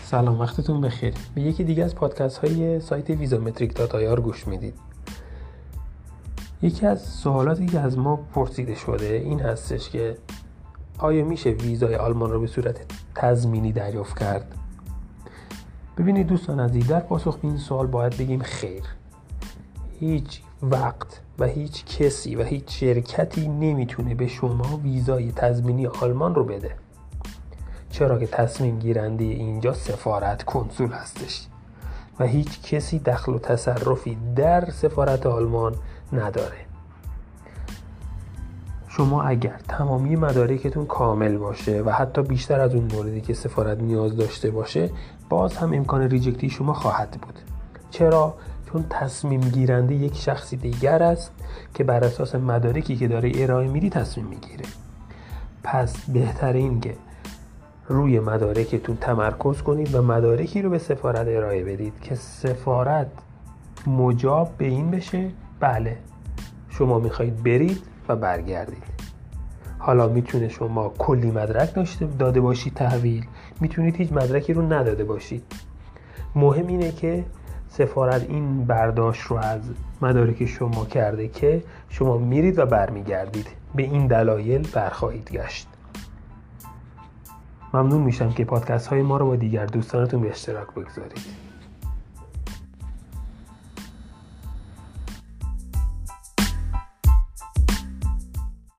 سلام، وقتتون بخیر. به یکی دیگه از پادکست های سایت ویزامتریک.ir گوش میدید. یکی از سوالاتی که از ما پرسیده شده این هستش که آیا میشه ویزای آلمان رو به صورت تضمینی دریافت کرد؟ ببینید دوستان عزیز، در پاسخ به این سوال باید بگیم خیر. هیچ وقت و هیچ کسی و هیچ شرکتی نمیتونه به شما ویزای تضمینی آلمان رو بده، چرا که تصمیم گیرنده اینجا سفارت کنسول هستش و هیچ کسی دخل و تصرفی در سفارت آلمان نداره. شما اگر تمامی مدارکتون کامل باشه و حتی بیشتر از اون موردی که سفارت نیاز داشته باشه، باز هم امکان ریجکتی شما خواهد بود. چرا؟ چون تصمیم گیرنده یک شخصی دیگر است که بر اساس مدارکی که داره ارائه میدی تصمیم میگیره. پس بهتره این که روی مدارکتون تمرکز کنید و مدارکی رو به سفارت ارائه بدید که سفارت مجاب به این بشه بله شما میخواید برید و برگردید. حالا میتونه شما کلی مدرک داده باشید تحویل، میتونید هیچ مدرکی رو نداده باشید. مهم اینه که سفارت این برداشت رو از مدارک شما کرده که شما میرید و برمیگردید. به این دلایل برخواهید گشت. ممنون میشم که پادکست های ما رو با دیگر دوستانتون به اشتراک بگذارید.